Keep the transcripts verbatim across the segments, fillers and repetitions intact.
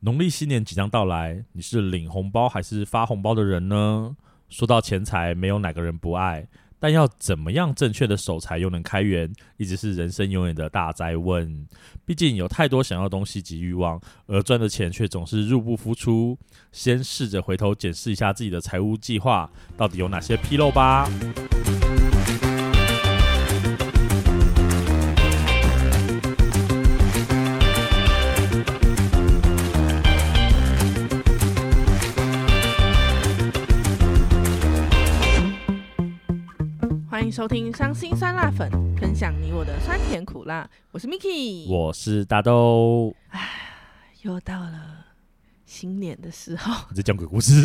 农历新年即将到来，你是领红包还是发红包的人呢？说到钱财，没有哪个人不爱，但要怎么样正确的守财又能开源，一直是人生永远的大哉问。毕竟有太多想要的东西及欲望，而赚的钱却总是入不敷出。先试着回头检视一下自己的财务计划，到底有哪些纰漏吧。 欢迎收听伤心酸辣粉，分享你我的酸甜苦辣。我是 Miki， 我是大豆。 唉，又到了新年的时候， 你在讲鬼故事？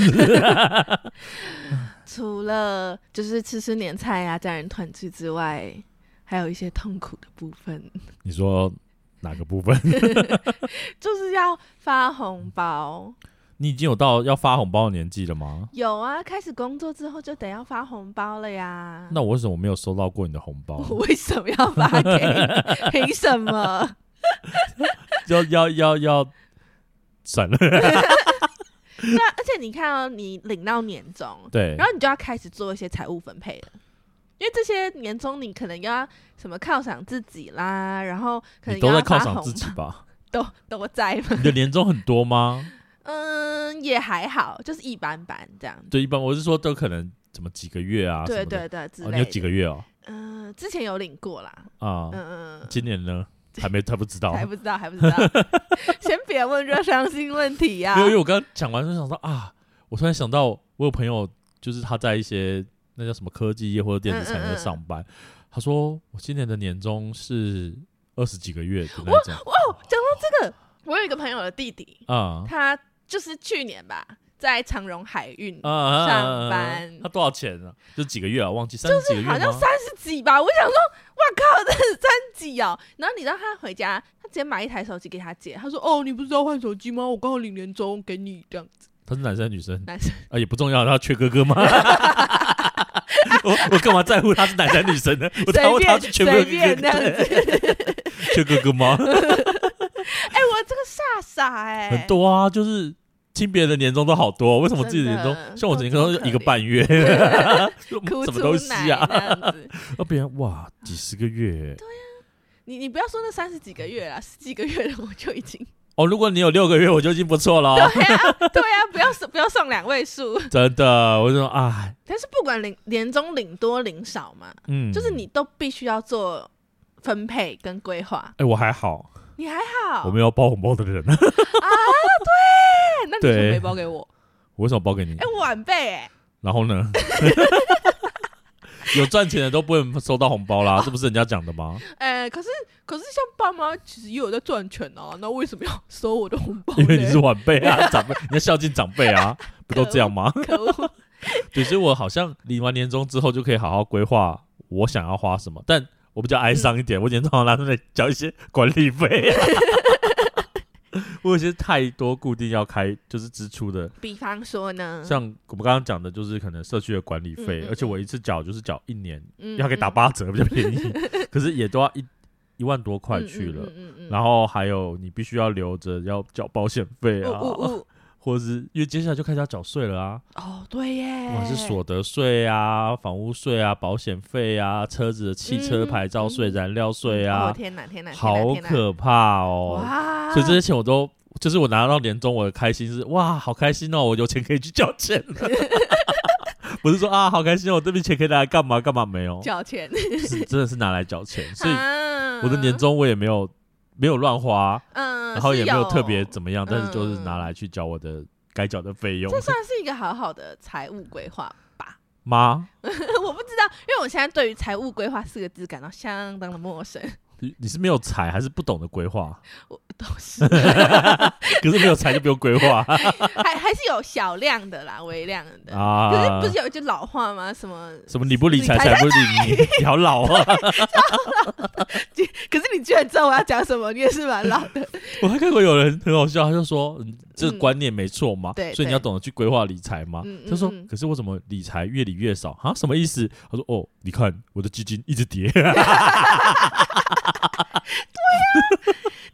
除了就是吃吃年菜啊、家人团聚之外，还有一些痛苦的部分。 你说哪个部分？ 就是要发红包。 你已经有到要发红包的年纪了吗？ 有啊，开始工作之后就得要发红包了呀。 那我为什么没有收到过你的红包？ 我为什么要发给你？凭什么？ 要要要要，算了。 对啊，而且你看哦，你领到年终， 对， 然后你就要开始做一些财务分配了。因为这些年终你可能要什么犒赏自己啦，然后可能你都在犒要发红赏自己吧？ 都都在吗？ 你的年终很多吗？ 嗯，也还好，就是一般般这样。 对，一般我是说都可能怎么几个月啊？ 对对对，之类的。 哦，你有几个月哦？ 嗯、呃，之前有领过啦。 啊， 嗯嗯， 今年呢？还没，还不知道， 还不知道，还不知道。先别问这伤心问题呀、啊。 因为我刚刚讲完就想到啊，我突然想到，我有朋友就是他在一些那叫什么科技业或者电子产业上班，嗯嗯嗯，他说我今年的年终是二十几个月的那种。 哇，讲到这个，我有一个朋友的弟弟啊，嗯，他就是去年吧，在长荣海运上班， 嗯嗯嗯嗯，他多少钱啊？就几个月啊？忘记三十几个月吗？ 就是好像三十几吧。我想说，哇靠，这是三十几哦。然后你知道他回家，他直接买一台手机给他姐，他说：“哦，你不是要换手机吗？我刚好领年终给你这样子。” 他是男生还是女生？ 男生啊，也不重要，他缺哥哥吗？我我干嘛在乎他是男生女生呢？我在乎他是缺哥哥这样子， 缺哥哥吗？ 哎、欸，我这个傻傻哎、欸， 很多啊，就是听别人的年终都好多，为什么自己的年终像我之前都一个半月，什么东西啊？那别人哇几十个月， 对呀、啊，你你不要说那三十几个月啦，十几个月的我就已经哦，如果你有六个月，我就已经不错了、哦。 对呀、啊，对呀、啊，不要不要送两位数， 真的，我就说哎， 但是不管领年终领多领少嘛，嗯，就是你都必须要做分配跟规划。 哎、欸，我还好。 你还好， 我没有包红包的人啊。 对，那你怎么没包给我？ 我为什么包给你？ 哎、欸，我晚辈哎。 然后呢？有赚钱的都不能收到红包啦，这不是人家讲的吗？ 哎、欸，可是可是像爸妈其实也有在赚钱啊，那为什么要收我的红包？ 因为你是晚辈啊，长辈，你要孝敬长辈啊，不都这样吗？ 可恶！ 对，所以我好像领完年终之后就可以好好规划我想要花什么，但。我比较哀伤一点，嗯、我年终好拿出来交一些管理费、啊，我有些太多固定要开就是支出的。 比方说呢， 像我们刚刚讲的，就是可能社区的管理费、嗯嗯，而且我一次缴就是缴一年， 嗯嗯， 要可以打八折，比较便宜，可是也都要一一万多块去了、嗯嗯嗯嗯。然后还有你必须要留着要缴保险费啊。 呜呜呜或者是因为接下来就开始要缴税了啊！ 哦，对耶， 不管是所得税啊、房屋税啊、保险费啊、车子的汽车牌照税、嗯、燃料税啊， 哦天哪天哪， 好可怕哦！哇，所以这些钱我都就是我拿到年终，我的开心是哇，好开心哦，我有钱可以去缴钱了。不是说啊，好开心哦，我这笔钱可以拿来干嘛干嘛，没有缴钱， 是真的是拿来缴钱，所以我的年终我也没有。没有乱花，嗯，然后也没有特别怎么样，但是就是拿来去缴我的该缴的费用。 这算是一个好好的财务规划吧？ 吗？ 我不知道，因为我现在对于财务规划四个字感到相当的陌生。 你是没有财还是不懂得规划？ 我都是， 可是没有财就不用规划， 还还是有小量的啦，微量的啊。可是不是有一句老话吗？什么什么你不理财财不理你，你好老啊！ 可是你居然知道我要讲什么，你也是蛮老的。 我还看过有人很好笑，他就说、嗯、这个观念没错嘛、 嗯， 所以你要懂得去规划理财嘛。 嗯、 他说、嗯，可是我怎么理财越理越少啊？什么意思？他说哦，你看我的基金一直跌。对呀、啊，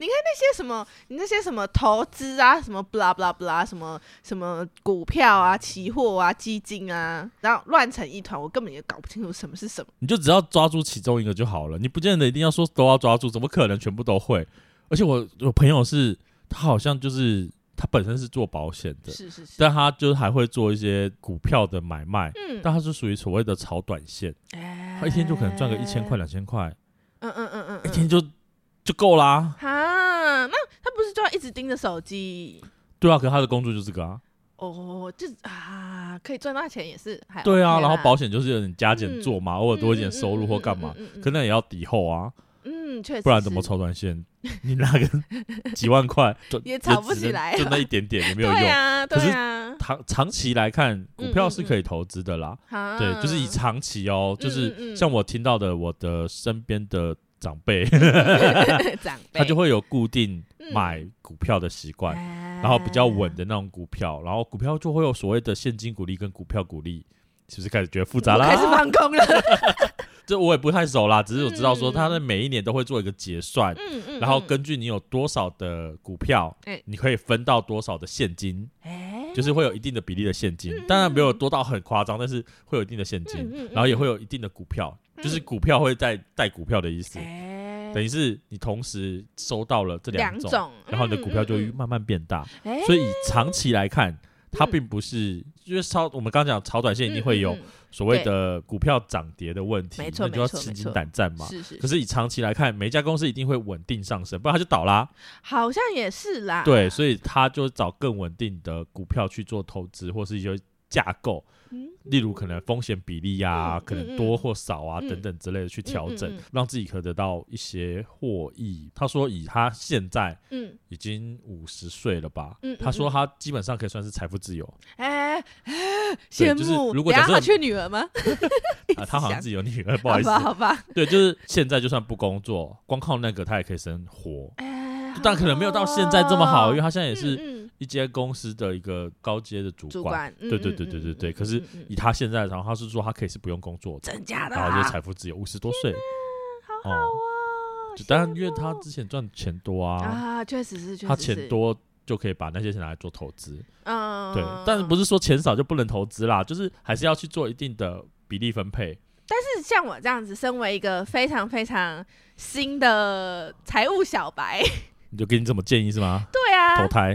你看那些什么，你那些什么投资啊，什么 blah blah blah， 什么什么股票啊、期货啊、基金啊，然后乱成一团，我根本也搞不清楚什么是什么。 你就只要抓住其中一个就好了，你不见得一定要说都要抓住，怎么可能全部都会？而且我有朋友是，他好像就是他本身是做保险的， 是是是， 但他就是还会做一些股票的买卖， 嗯， 但他是属于所谓的炒短线， 欸、 他一天就可能赚个一千块、两千块， 嗯嗯嗯嗯， 一天就就够啦。 哈，那他不是就要一直盯着手机？ 对啊，可是他的工作就是这个啊。 哦，就啊，可以赚到钱也是还、OK、 对啊，然后保险险就是有点加减做嘛，嗯、偶尔多一点收入或干嘛， 嗯嗯嗯嗯嗯嗯、 可能也要抵后啊。 嗯，确实， 不然怎么炒短线？你拿个几万块也炒不起来， 就那一点点也没有用。 对啊，对啊。 可是长长期来看，股票是可以投资的啦。 嗯嗯嗯对，就是以长期哦，就是像我听到的，我的身边的长辈， 长辈他就会有固定买股票的习惯， 嗯、 然后比较稳的那种股票，然后股票就会有所谓的现金股利跟股票股利，是不是开始觉得复杂啦？ 开始放空了。 这我也不太熟啦，只是我知道说他的每一年都会做一个结算，嗯嗯、然后根据你有多少的股票，欸、你可以分到多少的现金，欸、就是会有一定的比例的现金，嗯、当然没有多到很夸张，但是会有一定的现金，嗯、然后也会有一定的股票，嗯、就是股票会带带股票的意思，欸、等于是你同时收到了这两种， 种然后你的股票就会慢慢变大，嗯、所以以长期来看。它并不是，因为炒我们刚刚讲炒短线一定会有所谓的股票涨跌的问题， 没错， 那你就要心惊胆战嘛。 是是。 可是以长期来看，每一家公司一定会稳定上升，不然它就倒啦。 好像也是啦。 对，所以他就找更稳定的股票去做投资，或是一些架构。嗯、例如可能风险比例啊，嗯、可能多或少啊、嗯、等等之类的去调整，嗯嗯嗯、让自己可以得到一些获益。他说以他现在已经五十岁了吧，嗯、他说他基本上可以算是财富自由。 哎、欸，羡慕。 就是如果假设他缺女儿吗？ 啊，他好像自己有女儿，不好意思。 好吧，好吧。 对，就是现在就算不工作，光靠那个他也可以生活。欸、但可能没有到现在这么好，因为他现在也是。嗯嗯一间公司的一个高阶的主管， 主管对对对对对对。嗯、可是以他现在，然后他是说他可以是不用工作的， 真假的、啊， 然后就是财富自由，五十多岁， 好好啊。 就当然，因为他之前赚钱多啊， 啊，确实是，确实是， 他钱多就可以把那些钱拿来做投资，嗯，对。但是不是说钱少就不能投资啦，就是还是要去做一定的比例分配。 但是像我这样子，身为一个非常非常新的财务小白。 你就给你这么建议是吗？ 对啊， 投胎，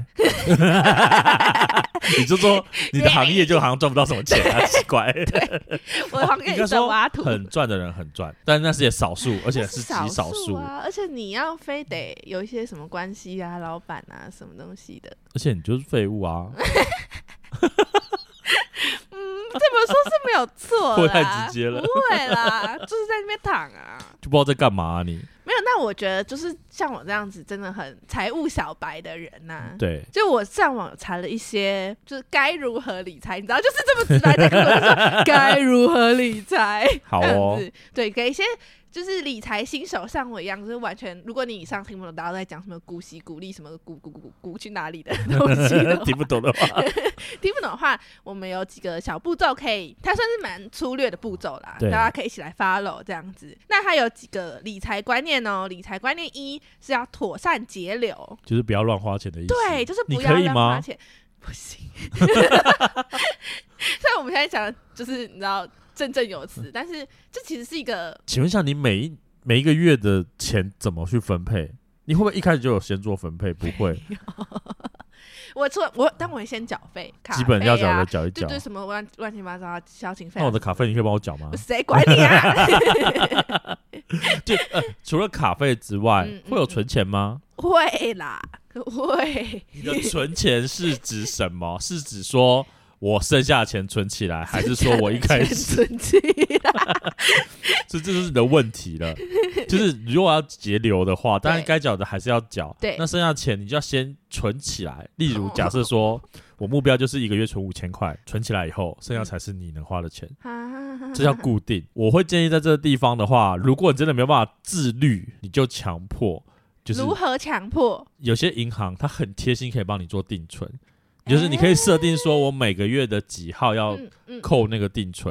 你就说你的行业就好像赚不到什么钱啊，奇怪。 对，我的行业是挖土， 很赚的人很赚，但那是也少数，而且是极少数啊。而且你要非得有一些什么关系啊、老板啊什么东西的， 而且你就是废物啊。 这么说是没有错啦， 会太直接了， 不会啦，就是在那边躺啊， 就不知道在干嘛啊你。 没有，那我觉得就是像我这样子真的很财务小白的人呐、啊， 对， 就我上网查了一些，就是该如何理财，你知道，就是这么直白在跟我说该如何理财， 好哦， 对，给一些。就是理财新手像我一样，就是完全，如果你以上听不懂，大家在讲什么股息、股利什么股股股股去哪里的东西的听不懂的话， 听不懂的话，我们有几个小步骤可以，它算是蛮粗略的步骤啦，大家可以一起来 follow 这样子。那它有几个理财观念哦，理财观念一是要妥善节流， 就是不要乱花钱的意思。 对，就是不要乱花钱，不行。虽然我们现在讲的就是你知道。振振有词，但是这其实是一个。 请问一下，你每一每一个月的钱怎么去分配？你会不会一开始就有先做分配？不会。 我做我，但我会先缴费，卡费啊， 基本要缴的缴一缴， 对对，什么乱乱七八糟消遣费。 那我的卡费你可以帮我缴吗？ 谁管你啊？ 就、呃、除了卡费之外，嗯嗯、会有存钱吗？ 会啦，会。 你的存钱是指什么？是指说？我剩下的钱存起来，还是说我一开始存起来？ 这这就是你的问题了。就是如果要节流的话，当然该缴的还是要缴。对，那剩下的钱你就要先存起来。例如，假设说我目标就是一个月存五千块，存起来以后，剩下才是你能花的钱。这叫固定。我会建议在这个地方的话，如果你真的没有办法自律，你就强迫。就是如何强迫？ 有些银行它很贴心，可以帮你做定存。就是你可以设定说，我每个月的几号要扣那个定存， 欸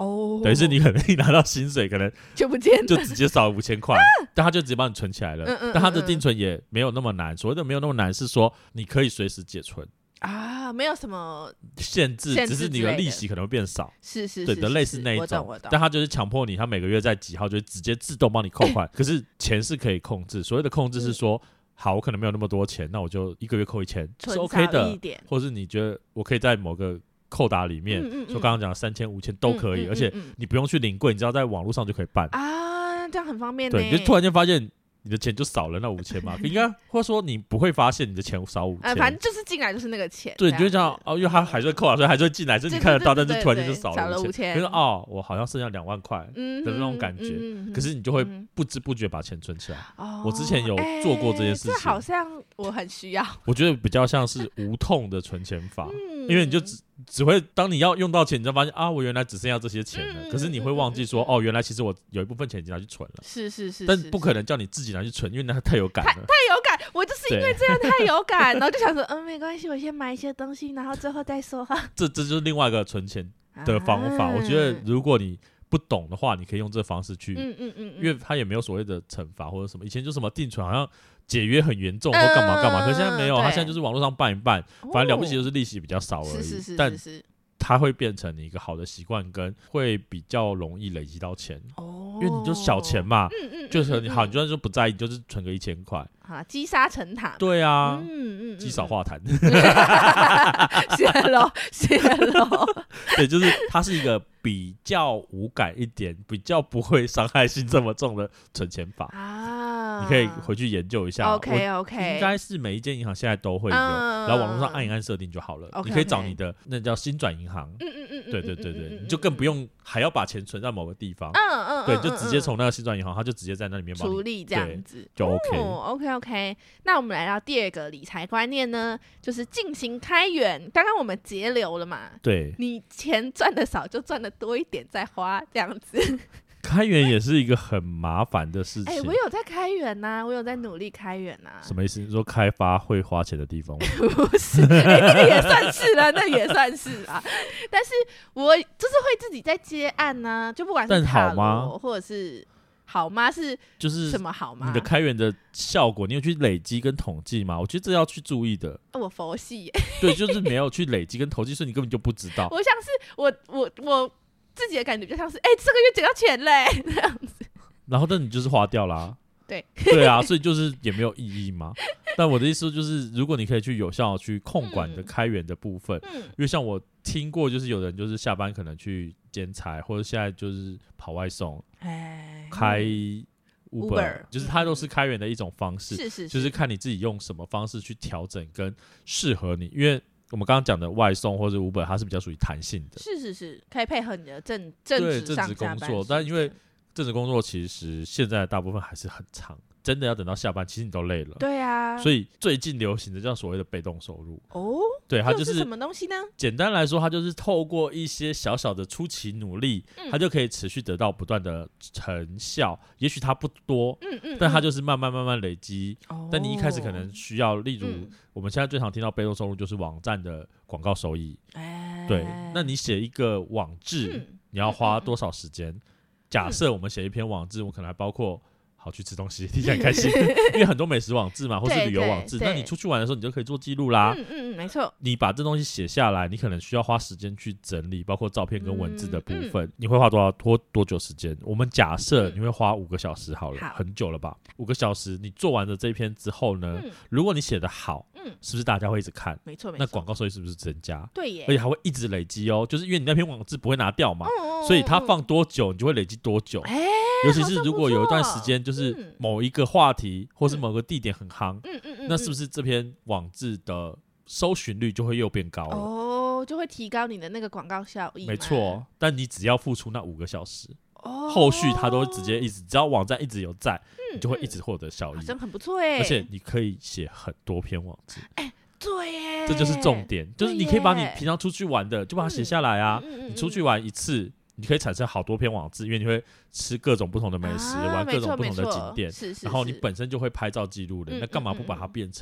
哦， 等于是你可能一拿到薪水，可能就不见了， 就直接少了五千块，但他就直接帮你存起来了。 嗯嗯嗯但他的定存也没有那么难，所谓的没有那么难是说你可以随时解存啊，没有什么限制， 限制只是你的利息可能会变少。 是是是， 对的，类似那一种。但他就是强迫你，他每个月在几号就会直接自动帮你扣款。可是钱是可以控制，所谓的控制是说，嗯、好，我可能没有那么多钱，那我就一个月扣一千是 OK 的，或是你觉得我可以在某个扣打里面，嗯嗯嗯就刚刚讲的三千、五千都可以，嗯嗯嗯嗯而且你不用去临柜，你知道在网络上就可以办啊，这样很方便呢。 对，你就突然间发现。你的钱就少了那五千嘛，应该或者说你不会发现你的钱少五千、 呃，反正就是进来就是那个钱。 对，你就会这样哦，因为他还是会扣啊，所以还是会进来，所以你看得到，但是突然间就少了五千。 比如说哦，我好像剩下两万块的那种感觉，嗯嗯、可是你就会不知不觉把钱存起来。哦、我之前有做过这件事情， 欸、这好像我很需要。 我觉得比较像是无痛的存钱法，嗯、因为你就只只会当你要用到钱，你就发现啊，我原来只剩下这些钱了。嗯、可是你会忘记说，哦，原来其实我有一部分钱已经拿去存了。 是是是， 但不可能叫你自己拿去存，因为那太有感了， 太太有感。我就是因为这样太有感，然后就想说，嗯，没关系，我先买一些东西，然后最后再说哈。 这这就是另外一个存钱的方法。啊、我觉得如果你不懂的话，你可以用这个方式去，嗯嗯嗯，因为他也没有所谓的惩罚或者什么。以前就什么定存好像解约很严重或干嘛干嘛，嗯、可是现在没有，他现在就是网络上办一办，反正了不起就是利息比较少而已。 是是是但是是它会变成你一个好的习惯，跟会比较容易累积到钱。哦，因为你就小钱嘛，嗯嗯，就是你好，你就算说不在意，就是存个一千块， 啊，积沙成塔。 对啊，嗯嗯，积少化痰。 谢喽，谢喽。 对，就是它是一个比较无感一点，比较不会伤害性这么重的存钱法啊。你可以回去研究一下。 OK OK， 应该是每一间银行现在都会有，嗯、然后网络上按一按设定就好了。Okay, 你可以找你的那叫薪转银行。嗯嗯嗯，对对对对，嗯、你就更不用还要把钱存在某个地方。嗯嗯，对，就直接从那个薪转银行，它就直接在那里面帮你处理这样子， 就 OK。 哦 OK OK， 那我们来到第二个理财观念呢，就是进行开源。刚刚我们节流了嘛？ 对， 你钱赚的少就赚的多一点再花，这样子。 开源也是一个很麻烦的事情。哎、 欸，我有在开源呐、啊，我有在努力开源呐、啊。 什么意思？你说开发会花钱的地方吗？ 不是，欸、那个也算是啦，那也算是啦。但是我就是会自己在接案呐、啊，就不管是塔罗或者是好吗？是就是什么好吗？ 你的开源的效果，你有去累积跟统计吗？我觉得这要去注意的。 我佛系耶， 对，就是没有去累积跟统计，所以你根本就不知道。 我像是我我我。自己的感觉就像是，哎、欸，这个月捡到钱嘞，这样子。 然后，但你就是花掉啦、啊。 对。 对啊，所以就是也没有意义嘛。但我的意思就是，如果你可以去有效的去控管你的开源的部分，嗯、因为像我听过，就是有人就是下班可能去兼差，或者现在就是跑外送，哎，开 Uber，, Uber 就是它都是开源的一种方式。是是是。就是看你自己用什么方式去调整跟适合你，因为。我们刚刚讲的外送或者 Uber， 它是比较属于弹性的， 是是是，可以配合你的正正职上下班工作，但因为正职工作其实现在大部分还是很长，真的要等到下班，其实你都累了。对啊，所以最近流行的叫所谓的被动收入。哦，对，它就是什么东西呢？ 简单来说，它就是透过一些小小的初期努力，嗯、它就可以持续得到不断的成效。也许它不多，嗯嗯，但它就是慢慢慢慢累积。哦，但你一开始可能需要，例如、嗯、我们现在最常听到被动收入就是网站的广告收益。哎，对，那你写一个网志，嗯、你要花多少时间？嗯、假设我们写一篇网志，我可能还包括。好去吃东西，听起来很开心，因为很多美食网志嘛，或是旅游网志，那你出去玩的时候，你就可以做记录啦。嗯嗯，没错。你把这东西写下来，你可能需要花时间去整理，包括照片跟文字的部分，嗯嗯、你会花多少多多久时间？我们假设你会花五个小时好了，好很久了吧？五个小时，你做完了这一篇之后呢，嗯、如果你写得好，嗯，是不是大家会一直看？没错，没错。那广告收益是不是增加？对耶，而且还会一直累积哦，就是因为你那篇网志不会拿掉嘛，嗯、所以它放多久，你就会累积多久。哎、欸，尤其是如果有一段时间就。就是某一个话题，或是某个地点很夯，嗯嗯嗯，那是不是这篇网志的搜寻率就会又变高了？哦， 就会提高你的那个广告效益。 没错，但你只要付出那五个小时，哦，后续它都直接一直，只要网站一直有在，嗯、你就会一直获得效益， 好像很不错哎。 而且你可以写很多篇网志， 哎，对耶， 这就是重点，就是你可以把你平常出去玩的就把它写下来啊，嗯嗯嗯、你出去玩一次。你可以产生好多篇网志，因为你会吃各种不同的美食，啊、玩各种不同的景点，是是是，然后你本身就会拍照记录的，嗯、那干嘛不把它变成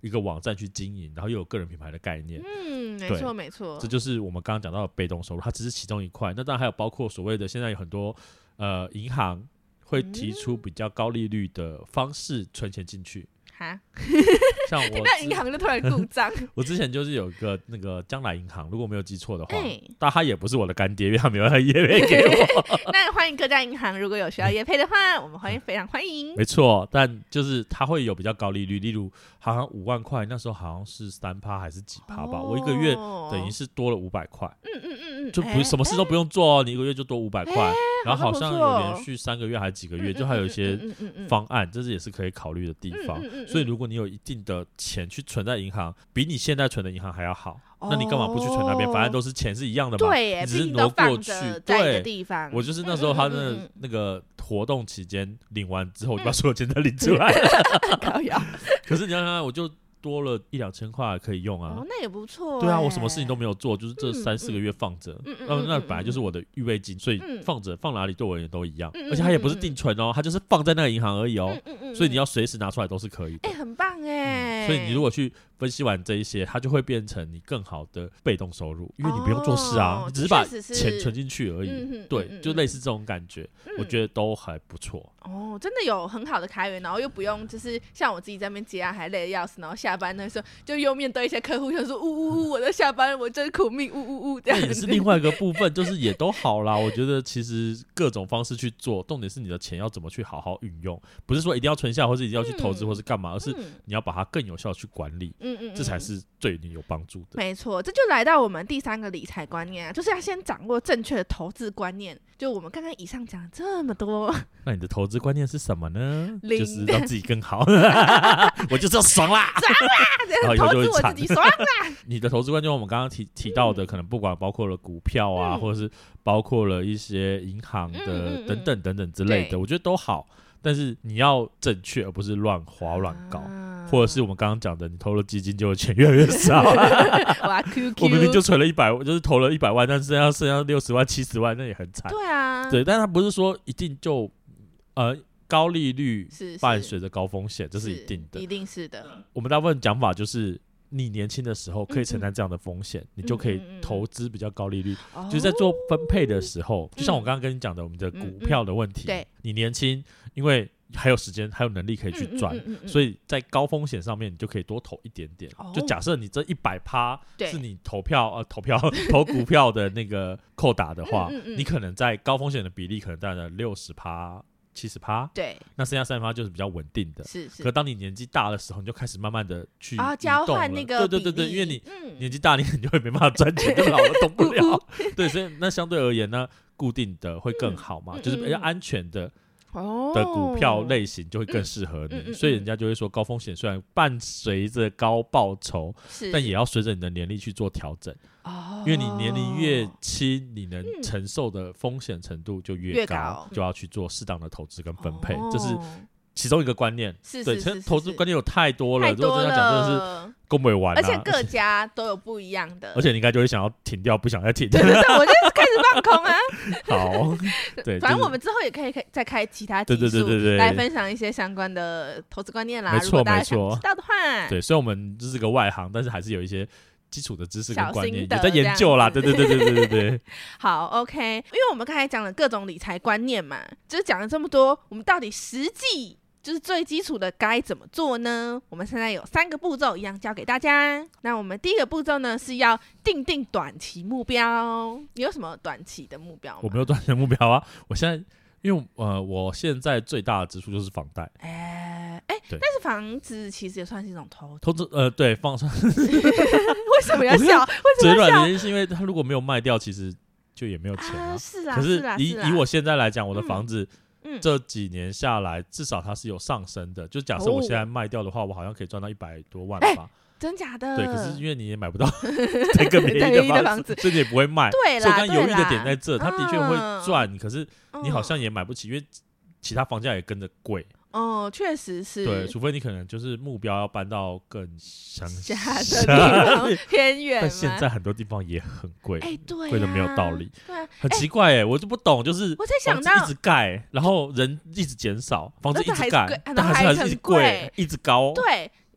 一个网站去经营，然后又有个人品牌的概念。 嗯，没错没错， 这就是我们刚刚讲到的被动收入，它只是其中一块。那当然还有包括所谓的现在有很多呃银行会提出比较高利率的方式存钱进去。哈，像我听到银行就突然故障。 我之前就是有一个那个将来银行，如果没有记错的话，欸、但他也不是我的干爹，因为他没有他业配给我。 那欢迎各家银行，如果有需要业配的话，我们欢迎非常欢迎。 没错，但就是他会有比较高利率，例如好像五万块，那时候好像是三趴还是几趴吧、哦，我一个月等于是多了五百块。嗯嗯嗯嗯，就不是、欸、什么事都不用做哦，欸、你一个月就多五百块，然后好像有连续三个月还是几个月，嗯、就还有一些方案，这是也是可以考虑的地方。嗯嗯嗯嗯，所以如果你有一定的钱去存在银行，比你现在存的银行还要好，哦、那你干嘛不去存那边？反正都是钱是一样的嘛， 对， 你只是挪过去。 对， 我就是那时候他那、嗯嗯嗯、那个活动期间领完之后，我就把所有钱都领出来了。可是你想想，我就多了一两千块可以用啊， 哦，那也不错、欸。 对啊，我什么事情都没有做，就是这三四个月放着，嗯嗯嗯、那本来就是我的预备金，所以放着、嗯、放哪里对我而言都一样，嗯、而且它也不是定存哦，它就是放在那个银行而已哦，嗯嗯嗯、所以你要随时拿出来都是可以的。 哎、欸，很棒哎、 嗯！所以你如果去分析完这一些，它就会变成你更好的被动收入，因为你不用做事啊， 哦、 你只是把钱存进去而已。嗯、对、嗯，就类似这种感觉、嗯，我觉得都还不错。 哦，真的有很好的开源，然后又不用就是像我自己在那边接案还累得要死，然后下班的时候就又面对一些客户，就说呜呜呜，我在下班，我真苦命，呜呜呜这样子。 那也是另外一个部分，就是也都好啦。我觉得其实各种方式去做，重点是你的钱要怎么去好好运用，不是说一定要存下，或是一定要去投资，或是干嘛，嗯、而是你要把它更有效去管理。嗯嗯，这才是对你有帮助的。 没错，这就来到我们第三个理财观念啊，就是要先掌握正确的投资观念。就我们刚刚以上讲了这么多， 那你的投资观念是什么呢？就是让自己更好。我就是要爽啦， 爽啦，投资我自己爽啦。 你的投资观念，我们刚刚提提到的，可能不管包括了股票啊，嗯、或者是包括了一些银行的等等等等之类的，嗯嗯嗯我觉得都好。但是你要正确，而不是乱花乱搞。啊或者是我们刚刚讲的，你投了基金，就钱越来越少。我明明就存了一百，就是投了一百万，但是剩下剩下六十万、七十万，那也很惨。 对啊， 对，但他不是说一定就呃高利率伴随着高风险，这是一定的， 一定是的。 我们大部分讲法就是，你年轻的时候可以承担这样的风险，嗯嗯你就可以投资比较高利率。嗯嗯就是在做分配的时候，哦、就像我刚刚跟你讲的，我们的股票的问题，嗯嗯对，你年轻，因为还有时间，还有能力可以去赚、嗯嗯嗯嗯，所以在高风险上面，你就可以多投一点点。哦、就假设你这一百趴是你投票呃投票投股票的那个扣打的话，嗯嗯嗯你可能在高风险的比例可能占了六十趴。七十趴， 对， 那剩下三十趴就是比较稳定的。 是是。 可当你年纪大的时候，你就开始慢慢的去啊交换那个对对对对，因为你、嗯、年纪大，你可能就会没办法赚钱，就老了动不了。对，所以那相对而言呢，固定的会更好嘛，嗯、就是比较安全的。哦、的股票类型就会更适合你、嗯嗯嗯，所以人家就会说，高风险虽然伴随着高报酬，但也要随着你的年龄去做调整。哦，因为你年龄越轻，你能承受的风险程度就越高，越高就要去做适当的投资跟分配，这、哦、是其中一个观念。 是对， 是是是投资观念有太多了， 太多了如果真的讲，真的是供不完、啊， 而且各家都有不一样的。 而且你应该就会想要停掉，不想再停。 对对对，我就开始放空啊。 好，对， 反正我们之后也可以再开其他集数来分享一些相关的投资观念啦。 没错没错， 知道的话， 对，虽然我们就是个外行，但是还是有一些基础的知识跟观念也在研究啦。对对对对对对对。 好 ，OK， 因为我们刚才讲了各种理财观念嘛，就是讲了这么多，我们到底实际就是最基础的该怎么做呢？我们现在有三个步骤，一样教给大家。那我们第一个步骤呢，是要定定短期目标。你有什么短期的目标吗？ 我没有短期的目标啊，我现在因为呃，我现在最大的支出就是房贷。 哎、欸、哎，但是房子其实也算是一种投投资，呃，对，放上。 为什么要笑？为什么要笑？ 嘴软的原因是因为他如果没有卖掉，其实就也没有钱啊。 啊是啊， 可是以是以我现在来讲，我的房子。嗯嗯、这几年下来，至少它是有上升的。就假设我现在卖掉的话，哦、我好像可以赚到一百多万吧、欸？ 真假的？ 对，可是因为你也买不到这个便宜的房子，所以你也不会卖。 对啦， 所以我刚刚犹豫的点在这，它的确会赚、嗯，可是你好像也买不起，因为其他房价也跟着贵。 哦，确实是。 对，除非你可能就是目标要搬到更乡下的地方偏远， 但现在很多地方也很贵， 哎、欸，对、啊， 贵的没有道理， 对、啊， 很奇怪哎、欸，我就不懂，就是我在想到一直盖，然后人一直减少，房子一直盖， 但还是还是一直贵，一直高， 对。因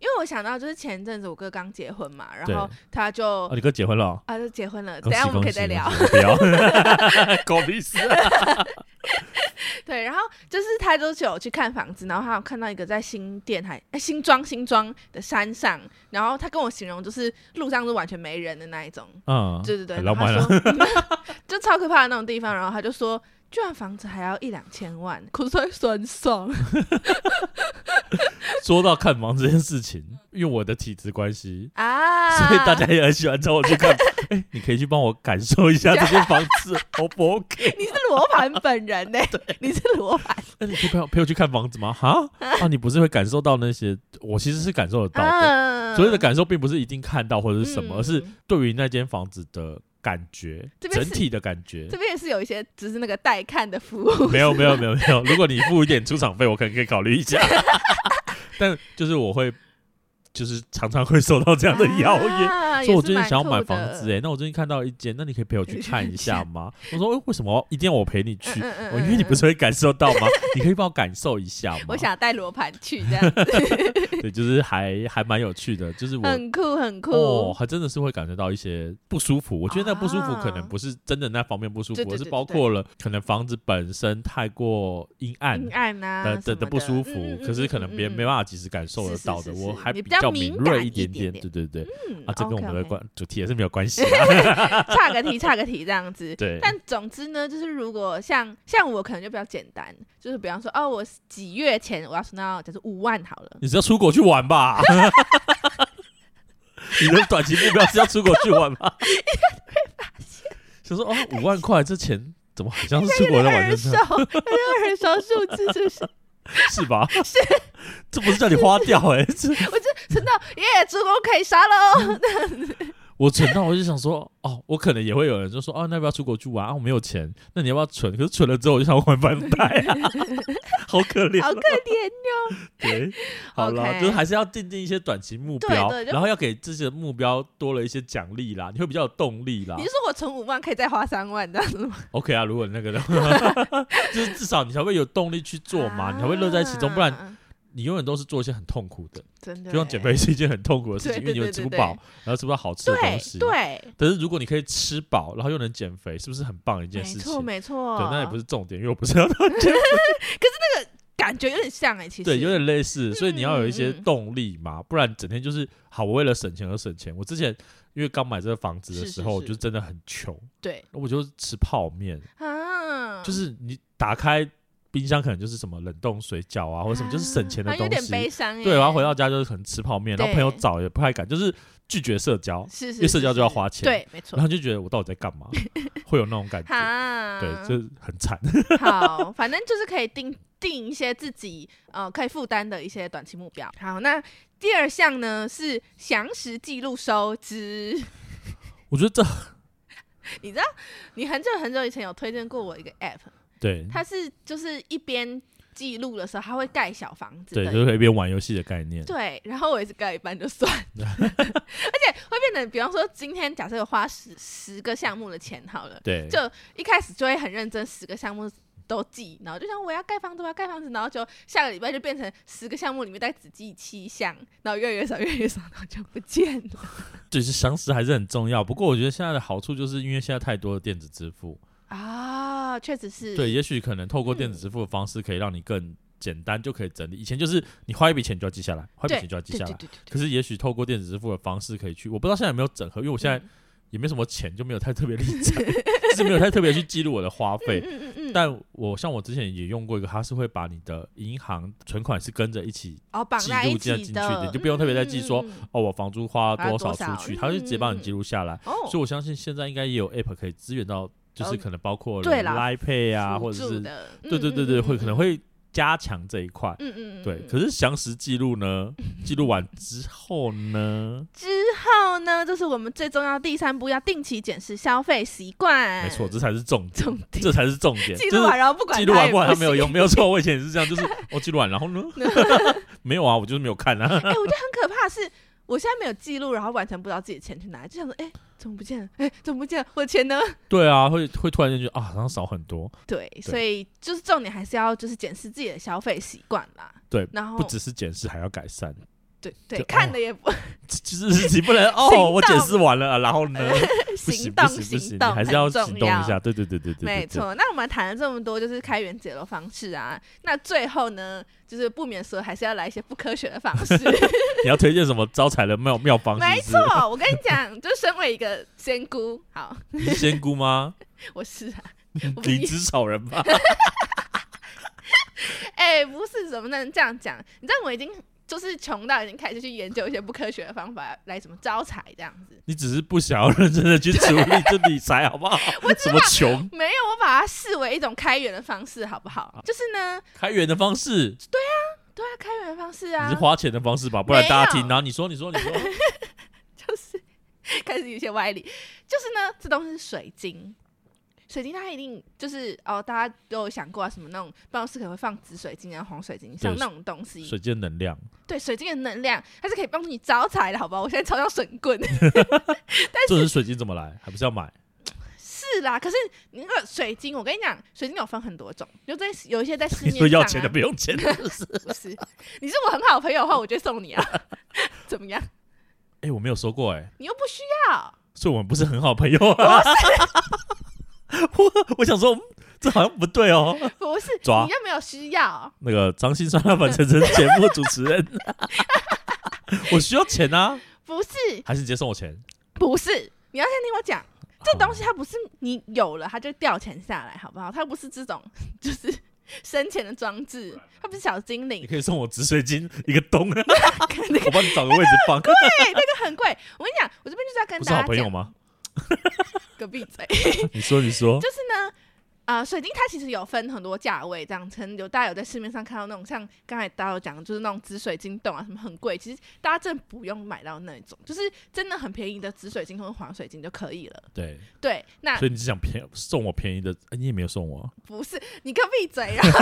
为我想到就是前阵子我哥刚结婚嘛，然后他就哦，你哥结婚了、哦、 啊，就结婚了，等一下我们可以再聊。 不要，狗屁事、啊。 对，然后就是他就是有去看房子，然后他有看到一个在新店还、欸、新庄新庄的山上，然后他跟我形容就是路上是完全没人的那一种，嗯，对对对， 很浪漫啊， 就超可怕的那种地方，然后他就说居然房子还要一两千万，口水酸爽。 说到看房这件事情，因为我的体质关系啊， 所以大家也很喜欢找我去看。哎、欸，你可以去帮我感受一下这间房子，O 不 OK？ 你是罗盘本人呢、欸？你是罗盘？ 那你可以陪我陪我去看房子吗？哈啊，你不是会感受到那些？我其实是感受得到的。啊、所谓的感受，并不是一定看到或者是什么，嗯、而是对于那间房子的感觉，整体的感觉。 这边也是有一些只是那个带看的服务。 没有没有没有没有，如果你付一点出场费，我可能可以考虑一下。但就是我会，就是常常会收到这样的邀约，啊、说我最近想要买房子、欸，哎，那我最近看到一间，那你可以陪我去看一下吗？我说、欸、为什么一定要我陪你去？嗯嗯嗯嗯，因为你不是会感受到吗？你可以帮我感受一下吗？ 我想带罗盘去这样子， 对，就是还还蛮有趣的，就是我很酷很酷哦，还真的是会感觉到一些不舒服。我觉得那不舒服可能不是真的那方面不舒服，而、啊、是包括了可能房子本身太过阴暗、 阴暗啊的 的, 的不舒服、嗯嗯嗯，可是可能别人没办法及时感受得到的，是是是是我还比较敏锐一点点，对对对，嗯、啊，这跟我们的关 okay, okay. 主题也是没有关系、啊， 岔个题岔个题这样子。 对， 但总之呢，就是如果像像我可能就比较简单，就是比方说哦，我几月前我要存到就是五万好了， 你是要出国去玩吧？你的短期目标是要出国去玩吗？就说哦，五万块这钱怎么好像是出国在玩？很少，很少数字，是不是？ 是吧？ 是， 这不是叫你花掉哎、欸， 我就存到耶，出国可以杀喽。 我存到，我就想说，哦，我可能也会有人就说，哦，那要不要出国去玩啊？我没有钱，那你要不要存？可是存了之后，我就想还房贷啊，好可怜、喔， 好可怜哟。 对，好了， okay. 就是还是要定定一些短期目标，对对，然后要给这些目标多了一些奖励啦，你会比较有动力啦。 你是说我存五万可以再花三万这样子吗 ？OK 啊，如果那个的话，就是至少你才会有动力去做嘛，啊、你才会乐在其中，不然。你永远都是做一些很痛苦的， 真的， 就像减肥是一件很痛苦的事情，因为你会吃不饱，然后吃不到好吃的东西。 对，对。 但是如果你可以吃饱，然后又能减肥，是不是很棒的一件事情？ 没错，没错。 对，那也不是重点，因为我不是要减肥。可是那个感觉有点像哎、欸，其实对，有点类似，所以你要有一些动力嘛，嗯、不然整天就是好，我为了省钱而省钱。我之前因为刚买这个房子的时候，是是是就真的很穷，对，我就吃泡面啊，就是你打开。冰箱可能就是什么冷冻水饺啊，或者什么就是省钱的东西， 有点悲伤耶。 对，然后回到家就是可能吃泡面，然后朋友找也不太敢，就是拒绝社交，是是是是因为社交就要花钱， 对，没错。 然后就觉得我到底在干嘛，会有那种感觉，对，就是很惨。 好，反正就是可以定定一些自己呃可以负担的一些短期目标。好，那第二项呢是详实记录收支。 我觉得这， 你知道，你很久很久以前有推荐过我一个 app。 对， 它是就是一边记录的时候，它会盖小房子， 对，就是一边玩游戏的概念。 对，然后我也是盖一半就算了，而且会变得，比方说今天假设有花十十个项目的钱好了，对，就一开始就会很认真，十个项目都记，然后就像我要盖房子，我要盖房子，然后就下个礼拜就变成十个项目里面再只记七项，然后越来越少，越来越少，然后就不见了。 就是详实还是很重要，不过我觉得现在的好处就是因为现在太多的电子支付。 啊，确实是。 对，也许可能透过电子支付的方式，可以让你更简单就可以整理。以前就是你花一笔钱就要记下来，花一笔钱就要记下来。可是也许透过电子支付的方式，可以去，我不知道现在有没有整合，因为我现在也没什么钱，就没有太特别理财，就是没有太特别去记录我的花费。嗯嗯嗯。但我像我之前也用过一个，它是会把你的银行存款是跟着一起记录进去的，你就不用特别再记说、嗯嗯、哦，我房租花多少出去，它会直接帮你记录下来、嗯。所以我相信现在应该也有 App 可以支援到。就是可能包括 Line Pay 啊，或者是对对对对，会可能会加强这一块。嗯嗯对。可是详实记录呢？记录完之后呢？ 之后呢，这是我们最重要的第三步，要定期检视消费习惯。 没错，这才是重点，重点这才是重点。 记录完然后不管记录完不管它没有用，没有错。我以前也是这样，就是我记录完然后呢，没有啊，我就是没有看啊。哎、 欸，我觉得很可怕的是。我现在没有记录，然后完全不知道自己的钱去哪里，就想说，哎、欸，怎么不见了？哎、欸，怎么不见了？我的钱呢？ 对啊，会会突然间觉得啊，好像少很多。 对，对所以就是重点还是要就是检视自己的消费习惯啦。 对，然后不只是检视，还要改善。 对对，看的也不， 就是你不能哦，我解释完了，然后呢， 行动行动，你还是要行动一下，对对对对对， 没错。那我们谈了这么多，就是开源节流方式啊，那最后呢，就是不免说还是要来一些不科学的方式。 你要推荐什么招财的妙妙方式？ 没错，我跟你讲，就身为一个仙姑，好， 你是仙姑吗？ 我是啊， 灵芝草人吧？ 哎、欸，不是，怎么能这样讲？你知道我已经就是穷到已经开始去研究一些不科学的方法来怎么招财这样子。 你只是不想要认真的去处理这理财，好不好？ 我什么穷？ 没有，我把它视为一种开源的方式，好不好？就是呢， 开源的方式。 对啊，对啊，开源的方式啊。 你是花钱的方式吧？不然大家听，然后你说，你说，你说， 就是开始有些歪理。就是呢，这东西是水晶。水晶它一定就是哦，大家都有想过啊，什么那种办公室可能会放紫水晶啊、黄水晶，像那种东西。 水晶的能量， 对，水晶的能量，它是可以帮助你招财的，好不好？我现在超像神棍。但是，是水晶怎么来？还不是要买？ 是啦，可是你那个水晶，我跟你讲，水晶有分很多种，有在有一些在市面上、啊。 你说要钱的不用钱的， 不是？不是，你是我很好的朋友的话，我就送你啊，怎么样？ 哎、欸，我没有说过哎、欸， 你又不需要， 所以我们不是很好的朋友啊。我我想说，这好像不对哦。 不是， 抓你又没有需要。 那个张心酸辣粉晨晨节目主持人，我需要钱啊。 不是， 还是直接送我钱？ 不是，你要先听我讲，这东西它不是你有了它就掉钱下来，好不好？它不是这种就是生钱的装置，它不是小精灵。 你可以送我紫水晶一个洞，我帮你找个位置放。 对，那个很贵。我跟你讲，我这边就是要跟大家讲，不是好朋友吗？ 隔壁嘴。 你说，你说， 就是呢，啊、呃，水晶它其实有分很多价位，这样可能有大家有在市面上看到那种，像刚才大家有讲的，就是那种紫水晶洞啊，什么很贵，其实大家真的不用买到那种，就是真的很便宜的紫水晶或者黄水晶就可以了。 对对，那所以你是想便送我便宜的、欸，你也没有送我， 不是？你可闭嘴啊！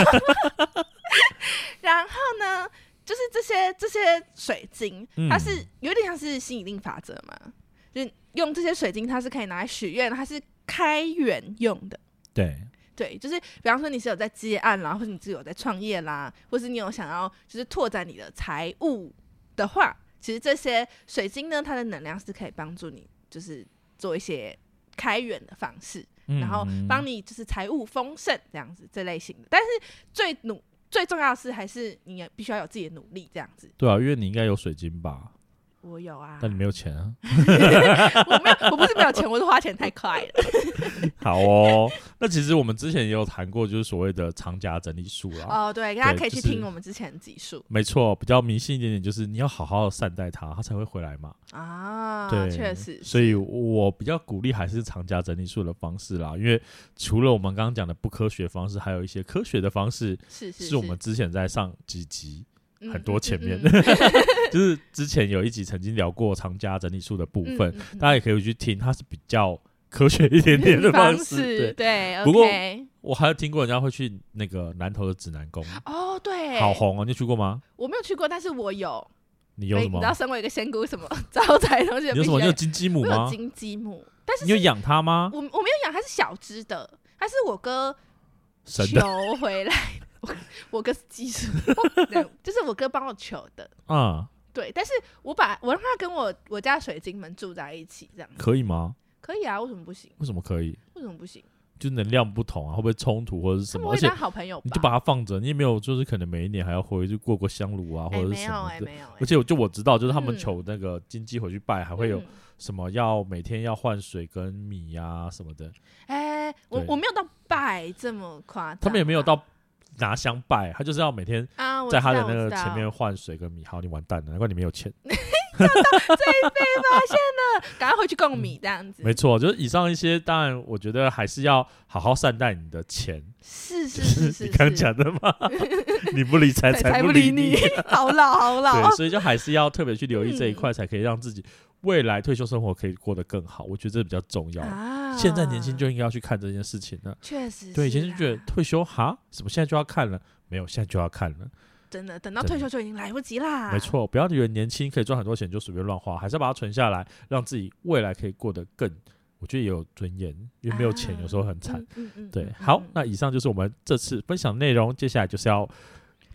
然后呢，就是这些这些水晶，它是有点像是吸引力法则嘛。就是用这些水晶，它是可以拿来许愿，它是开源用的。 对对，就是比方说你是有在接案啦，或者你是有在创业啦，或是你有想要就是拓展你的财务的话，其实这些水晶呢，它的能量是可以帮助你，就是做一些开源的方式， 嗯、 然后帮你就是财务丰盛这样子这类型的。但是最努最重要的是，还是你必须要有自己的努力这样子。 对啊，因为你应该有水晶吧。 我有啊， 但你没有钱啊。 我没有，我不是没有钱，我是花钱太快了。 好哦，那其实我们之前也有谈过，就是所谓的长夹整理术啦。 哦，对，大家可以去听我们之前的集数。 没错，比较迷信一点点，就是你要好好的善待它，它才会回来嘛。 啊， 对， 确实。 所以我比较鼓励还是长夹整理术的方式啦，因为除了我们刚刚讲的不科学方式，还有一些科学的方式， 是是是， 是我们之前在上几集。很多前面、 嗯嗯嗯、 就是之前有一集曾经聊过长夹整理术的部分、嗯嗯嗯、大家也可以去听，它是比较科学一点点的方式， 方式对, 对不过、 okay、 我还有听过人家会去那个南投的指南宫哦，对， 好红哦，你去过吗？ 我没有去过，但是我有。 你有什么？ 你知道身为一个仙姑什么招财东西？ 你有什么？你有金鸡母吗？ 我有金鸡母，但是你有养它吗？ 我我没有养，它是小只的，它是我哥求回来。我, 我哥是技术，就是我哥帮我求的， 嗯， 对。但是我把我让他跟我我家水晶们住在一起，这样可以吗？ 可以啊，为什么不行？ 为什么可以？ 为什么不行？ 就能量不同啊，会不会冲突或者是什么？ 而且好朋友， 你就把它放着，你也没有就是可能每一年还要回去过过香炉啊，或者是什么的。 欸、没有、欸、没有、欸。 而且我就我知道，就是他们求那个金鸡回去拜，嗯、还会有什么要每天要换水跟米啊什么的。 哎、欸，我我没有到拜这么夸张， 他们也没有到。拿香拜，他就是要每天在他的那个前面换水跟米。好，你完蛋了，难怪你没有钱。 这被发现了，赶快回去供米这样子。 嗯、没错，就是以上一些，当然我觉得还是要好好善待你的钱。 是是是 是, 是， 你刚讲的嘛，你不理财，财不理你。 好老好老。 对，所以就还是要特别去留意这一块，才可以让自己未来退休生活可以过得更好。我觉得这比较重要。啊现在年轻就应该要去看这件事情了。 确实， 对，以前就觉得退休哈，什么现在就要看了，没有，现在就要看了。 真的，等到退休就已经来不及啦。 没错，不要以为年轻可以赚很多钱就随便乱花，还是要把它存下来，让自己未来可以过得更，我觉得也有尊严。因为没有钱，有时候很惨。 啊嗯嗯嗯、 对，好，那以上就是我们这次分享内容，接下来就是要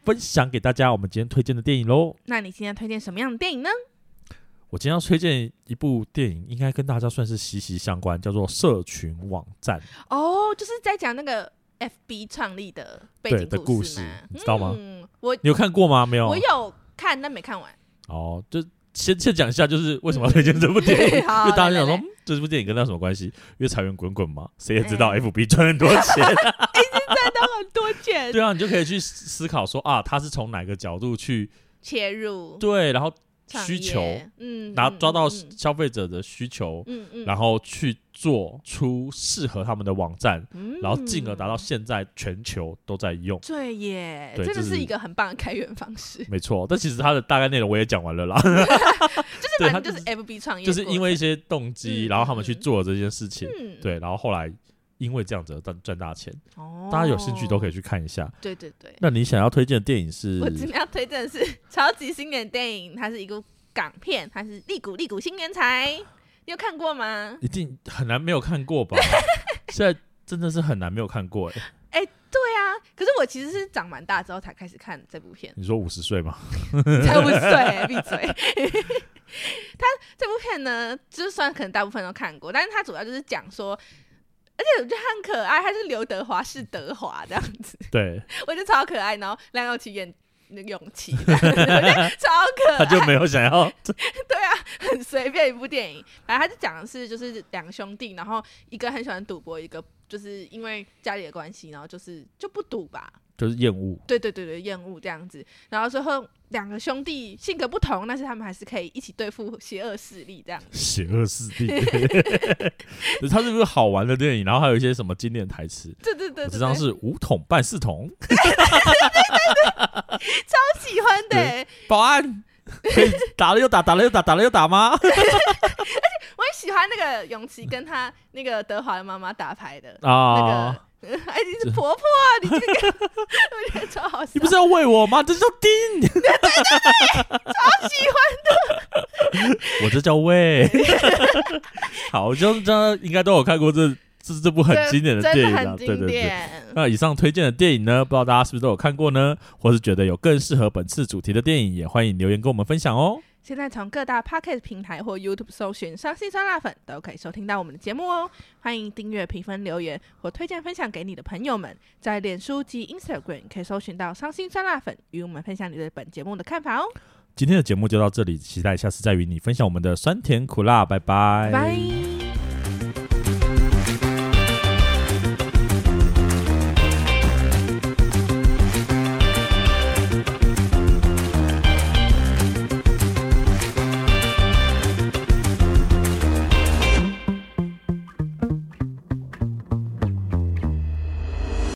分享给大家我们今天推荐的电影咯。 那你今天推荐什么样的电影呢？ 我今天要推荐一部电影，应该跟大家算是息息相关，叫做社群网站。 哦，就是在讲那个 F B 创立的背景的故事，你知道吗？ 嗯，我你有看过吗？没有， 我有看，但没看完。 哦，就先先讲一下，就是为什么要推荐这部电影？ 嗯、 因为大家想说，这部电影跟他什么关系？因为财源滚滚嘛，谁也知道 F B 赚很多钱，一直赚到很多钱。 对啊，你就可以去思考说啊，他是从哪个角度去切入？ 对，然后需求， 嗯， 然后抓到消费者的需求， 嗯嗯， 然后去做出适合他们的网站， 嗯、 然后进而达到现在全球都在用。 对耶， 对， 真的是一个很棒的开源方式。 没错，但其实它的大概内容我也讲完了啦。 就是反正就是 F B 创业， 就是因为一些动机， 嗯、 然后他们去做这件事情， 嗯、 对，然后后来因为这样子赚赚大钱。 哦， 大家有兴趣都可以去看一下。 对对对。 那你想要推荐的电影是？ 我今天要推荐的是超级经典电影，它是一部港片，它是《利古利古新年财》，你有看过吗？ 一定很难没有看过吧？现在真的是很难没有看过哎、欸。 哎、欸，对啊，可是我其实是长蛮大之后才开始看这部片。 你说五十岁吗？ 才五十岁，闭嘴。他这部片呢，就算可能大部分都看过，但是他主要就是讲说，而且我觉得他很可爱，他是刘德华是德华这样子。 对， 我觉得超可爱，然后梁咏琪演那个勇气，超可爱。 他就没有想要。 对啊，很随便一部电影。反正他就讲的是，就是两个兄弟，然后一个很喜欢赌博，一个就是因为家里的关系，然后就是就不赌吧。 就是厌恶，对对对对，厌恶这样子。然后最后两个兄弟性格不同，但是他们还是可以一起对付邪恶势力这样子。 邪恶势力，它是不是好玩的电影？然后还有一些什么经典台词？ 对对 对, 对, 对， 我这张是五桶半四桶， 对对对对，超喜欢的。 保安可以打了又打，打了又打，打了又打吗？ 而且我很喜欢那个永琪跟他那个德华的妈妈打牌的啊。那个哎，你是婆婆啊！你这个，我觉得超好笑。 你不是要喂我吗？这叫叮。对对对，超喜欢的。 我这叫喂。好，就这样，应该都有看过这这这部很经典的电影啊，对对对。那以上推荐的电影呢，不知道大家是不是都有看过呢？或是觉得有更适合本次主题的电影，也欢迎留言跟我们分享哦。 现在从各大 Podcast 平台或 YouTube 搜寻伤心酸辣粉，都可以收听到我们的节目哦。欢迎订阅、评分、留言或推荐分享给你的朋友们。在脸书及 Instagram 可以搜寻到伤心酸辣粉，与我们分享你对本节目的看法哦。 今天的节目就到这里，期待下次再与你分享我们的酸甜苦辣，拜拜。 拜拜。